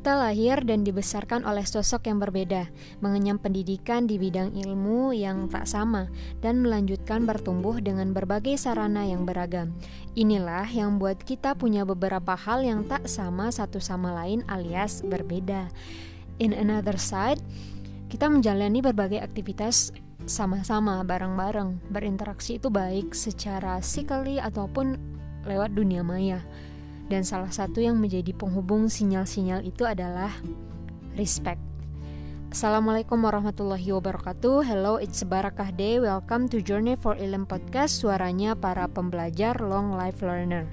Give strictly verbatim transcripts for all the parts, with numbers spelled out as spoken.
Kita lahir dan dibesarkan oleh sosok yang berbeda, mengenyam pendidikan di bidang ilmu yang tak sama, dan melanjutkan bertumbuh dengan berbagai sarana yang beragam. Inilah yang membuat kita punya beberapa hal yang tak sama satu sama lain alias berbeda. In another side, kita menjalani berbagai aktivitas sama-sama, bareng-bareng. Berinteraksi itu baik secara physically ataupun lewat dunia maya. Dan salah satu yang menjadi penghubung sinyal-sinyal itu adalah respect. Assalamualaikum warahmatullahi wabarakatuh. Hello, it's Barakah Day. Welcome to Journey for Ilm Podcast, suaranya para pembelajar long life learner.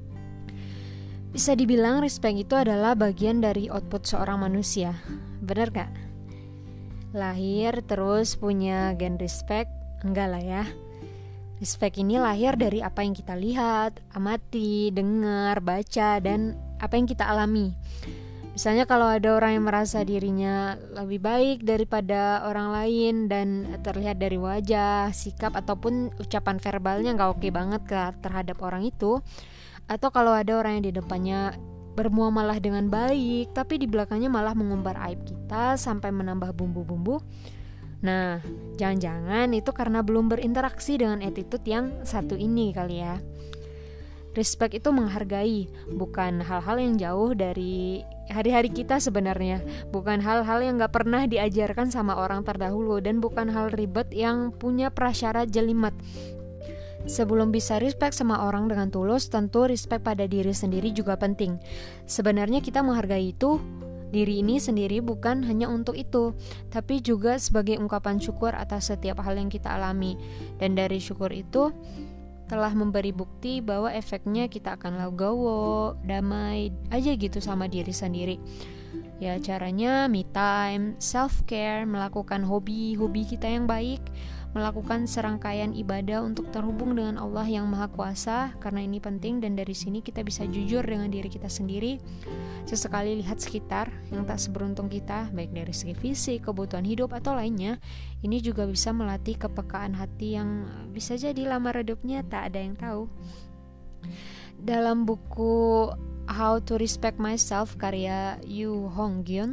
Bisa dibilang respect itu adalah bagian dari output seorang manusia. Bener gak? Lahir terus punya gen respect? Enggak lah ya. Respect ini lahir dari apa yang kita lihat, amati, dengar, baca, dan apa yang kita alami. Misalnya kalau ada orang yang merasa dirinya lebih baik daripada orang lain dan terlihat dari wajah, sikap, ataupun ucapan verbalnya gak oke banget ke terhadap orang itu. Atau kalau ada orang yang di depannya bermuamalah dengan baik, tapi di belakangnya malah mengumbar aib kita sampai menambah bumbu-bumbu. Nah, jangan-jangan itu karena belum berinteraksi dengan attitude yang satu ini kali ya. Respect itu menghargai, bukan hal-hal yang jauh dari hari-hari kita sebenarnya. Bukan hal-hal yang gak pernah diajarkan sama orang terdahulu, dan bukan hal ribet yang punya prasyarat jelimet. Sebelum bisa respect sama orang dengan tulus, tentu respect pada diri sendiri juga penting. Sebenarnya kita menghargai itu diri ini sendiri bukan hanya untuk itu, tapi juga sebagai ungkapan syukur atas setiap hal yang kita alami. Dan dari syukur itu telah memberi bukti bahwa efeknya kita akan legowo, damai aja gitu sama diri sendiri. Ya caranya me time, self care, melakukan hobi-hobi kita yang baik, melakukan serangkaian ibadah untuk terhubung dengan Allah yang Maha Kuasa, karena ini penting. Dan dari sini kita bisa jujur dengan diri kita sendiri. Sesekali lihat sekitar yang tak seberuntung kita, baik dari segi fisik, kebutuhan hidup, atau lainnya. Ini juga bisa melatih kepekaan hati yang bisa jadi lamar redupnya tak ada yang tahu. Dalam buku How to Respect Myself karya Yu Honggyun,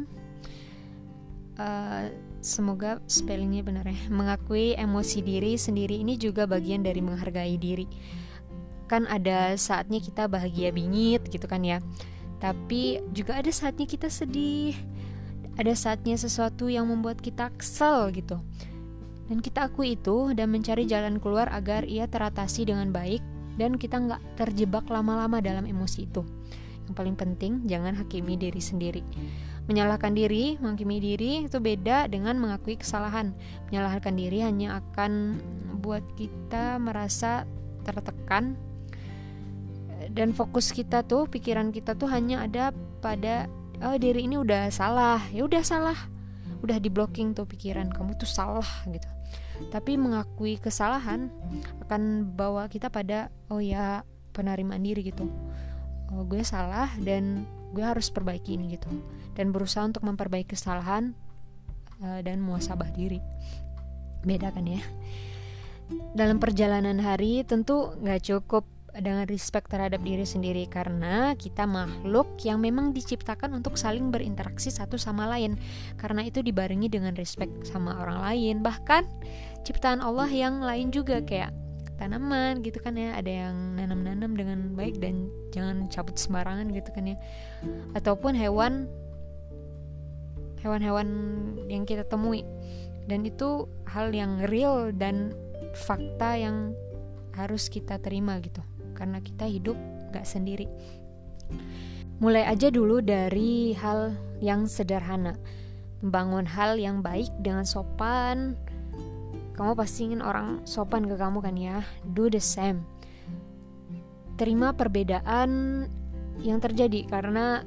uh, semoga spellingnya benar ya, mengakui emosi diri sendiri ini juga bagian dari menghargai diri. Kan ada saatnya kita bahagia bingit gitu kan ya, tapi juga ada saatnya kita sedih, ada saatnya sesuatu yang membuat kita kesel gitu. Dan kita akui itu dan mencari jalan keluar agar ia teratasi dengan baik dan kita gak terjebak lama-lama dalam emosi itu. Yang paling penting, jangan hakimi diri sendiri. Menyalahkan diri, menghakimi diri itu beda dengan mengakui kesalahan. Menyalahkan diri hanya akan buat kita merasa tertekan, dan fokus kita tuh, pikiran kita tuh hanya ada pada oh diri ini udah salah, ya udah salah, udah di blocking tuh pikiran kamu tuh salah gitu. Tapi mengakui kesalahan akan bawa kita pada oh ya penerimaan diri gitu. Oh, gue salah dan gue harus perbaiki ini gitu, dan berusaha untuk memperbaiki kesalahan uh, dan muhasabah diri. Beda kan ya. Dalam perjalanan hari tentu gak cukup dengan respect terhadap diri sendiri, karena kita makhluk yang memang diciptakan untuk saling berinteraksi satu sama lain. Karena itu dibarengi dengan respect sama orang lain, bahkan ciptaan Allah yang lain juga kayak tanaman gitu kan ya, ada yang nanam-nanam dengan baik dan jangan cabut sembarangan gitu kan ya. Ataupun hewan hewan-hewan yang kita temui, dan itu hal yang real dan fakta yang harus kita terima gitu, karena kita hidup gak sendiri. Mulai aja dulu dari hal yang sederhana, membangun hal yang baik dengan sopan. Kamu pasti ingin orang sopan ke kamu kan ya. Do the same. Terima perbedaan yang terjadi, karena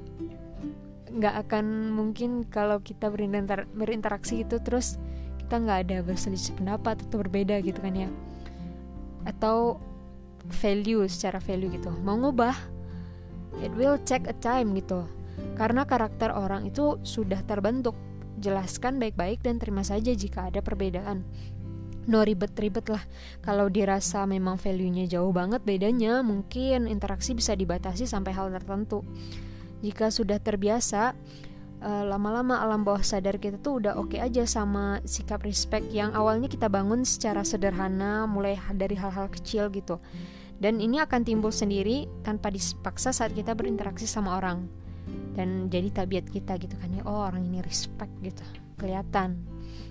gak akan mungkin kalau kita berinter- berinteraksi gitu terus kita gak ada berselisih pendapat atau berbeda gitu kan ya. Atau value, secara value gitu mau ngubah, it will take a time gitu, karena karakter orang itu sudah terbentuk. Jelaskan baik-baik dan terima saja jika ada perbedaan. No ribet-ribet lah. Kalau dirasa memang value-nya jauh banget bedanya, mungkin interaksi bisa dibatasi sampai hal tertentu. Jika sudah terbiasa, uh, lama-lama alam bawah sadar kita tuh udah oke okay aja sama sikap respect yang awalnya kita bangun secara sederhana, mulai dari hal-hal kecil gitu. Dan ini akan timbul sendiri tanpa dipaksa saat kita berinteraksi sama orang. Dan jadi tabiat kita gitu kan ya, oh orang ini respect gitu, kelihatan.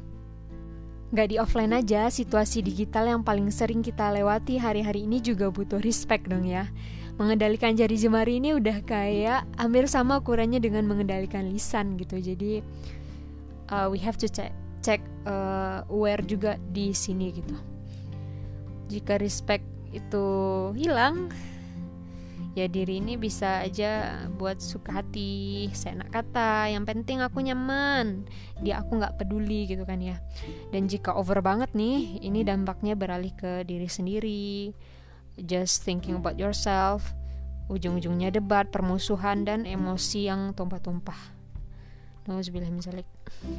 Gak di offline aja, situasi digital yang paling sering kita lewati hari-hari ini juga butuh respect dong ya. Mengendalikan jari jemari ini udah kayak hampir sama ukurannya dengan mengendalikan lisan gitu. Jadi uh, we have to check, check uh, aware juga di sini gitu. Jika respect itu hilang, ya diri ini bisa aja buat suka hati, seenak kata, yang penting aku nyaman, dia aku gak peduli gitu kan ya. Dan jika over banget nih, ini dampaknya beralih ke diri sendiri, just thinking about yourself, ujung-ujungnya debat, permusuhan, dan emosi yang tumpah-tumpah. Nauzubillah min dzalik.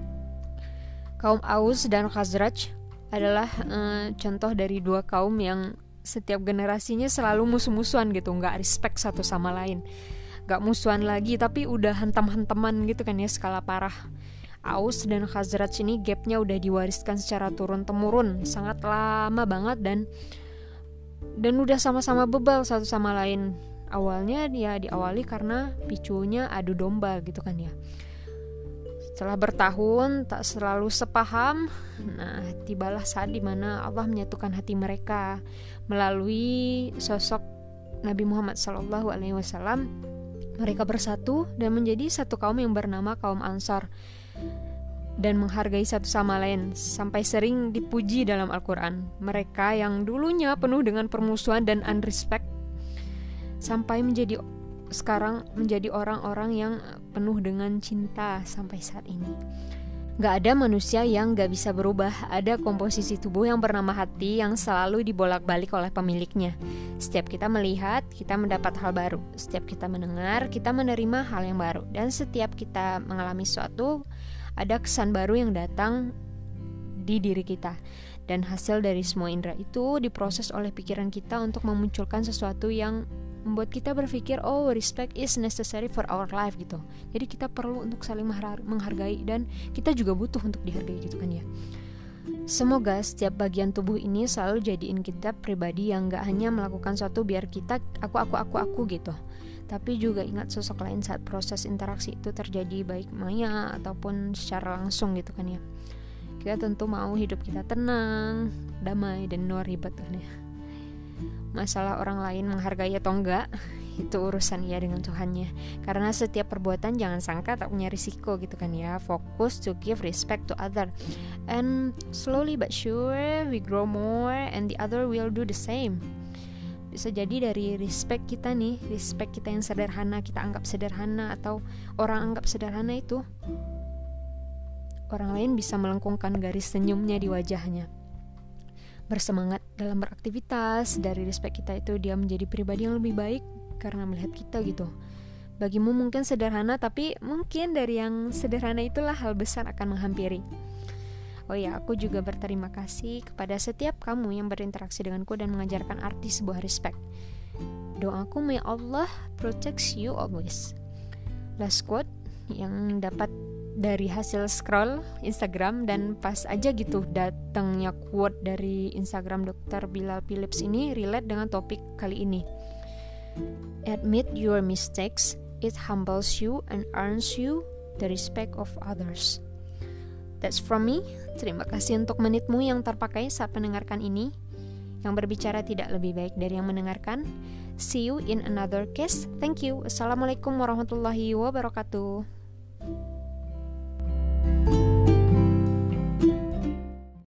Kaum Aus dan Khazraj adalah uh, contoh dari dua kaum yang setiap generasinya selalu musuh-musuhan gitu, gak respect satu sama lain. Gak musuhan lagi, tapi udah hantam-hantaman gitu kan ya, skala parah. Aus dan Khazraj ini gapnya udah diwariskan secara turun-temurun, sangat lama banget, dan dan udah sama-sama bebal satu sama lain. Awalnya dia diawali karena picunya adu domba gitu kan ya. Setelah bertahun tak selalu sepaham, nah tibalah saat dimana Allah menyatukan hati mereka melalui sosok Nabi Muhammad shallallahu alaihi wasallam. Mereka bersatu dan menjadi satu kaum yang bernama kaum Ansar dan menghargai satu sama lain sampai sering dipuji dalam Al-Quran. Mereka yang dulunya penuh dengan permusuhan dan unrespect sampai menjadi sekarang menjadi orang-orang yang penuh dengan cinta sampai saat ini. Gak ada manusia yang gak bisa berubah. Ada komposisi tubuh yang bernama hati yang selalu dibolak-balik oleh pemiliknya. Setiap kita melihat, kita mendapat hal baru. Setiap kita mendengar, kita menerima hal yang baru. Dan setiap kita mengalami sesuatu, ada kesan baru yang datang di diri kita. Dan hasil dari semua indera itu diproses oleh pikiran kita untuk memunculkan sesuatu yang membuat kita berpikir, oh respect is necessary for our life gitu. Jadi kita perlu untuk saling menghargai dan kita juga butuh untuk dihargai gitu kan ya. Semoga setiap bagian tubuh ini selalu jadiin kita pribadi yang gak hanya melakukan sesuatu biar kita aku aku aku aku gitu, tapi juga ingat sosok lain saat proses interaksi itu terjadi, baik maya ataupun secara langsung gitu kan ya. Kita tentu mau hidup kita tenang, damai, dan no ribet kan ya. Masalah orang lain menghargai atau enggak, itu urusan ia dengan Tuhannya. Karena setiap perbuatan jangan sangka tak punya risiko gitu kan ya. Fokus to give respect to other, and slowly but sure we grow more and the other will do the same. Bisa jadi dari respect kita nih, respect kita yang sederhana, kita anggap sederhana atau orang anggap sederhana itu, orang lain bisa melengkungkan garis senyumnya di wajahnya. Bersemangat dalam beraktivitas, dari respect kita itu dia menjadi pribadi yang lebih baik karena melihat kita gitu. Bagimu mungkin sederhana, tapi mungkin dari yang sederhana itulah hal besar akan menghampiri. Oh ya, aku juga berterima kasih kepada setiap kamu yang berinteraksi denganku dan mengajarkan arti sebuah respect. Doaku, may Allah protects you always. Last quote yang dapat dari hasil scroll Instagram, dan pas aja gitu datangnya quote dari Instagram dokter Bilal Philips ini relate dengan topik kali ini. Admit your mistakes, it humbles you and earns you the respect of others. That's from me. Terima kasih untuk menitmu yang terpakai saat mendengarkan ini. Yang berbicara tidak lebih baik dari yang mendengarkan. See you in another case. Thank you. Assalamualaikum warahmatullahi wabarakatuh.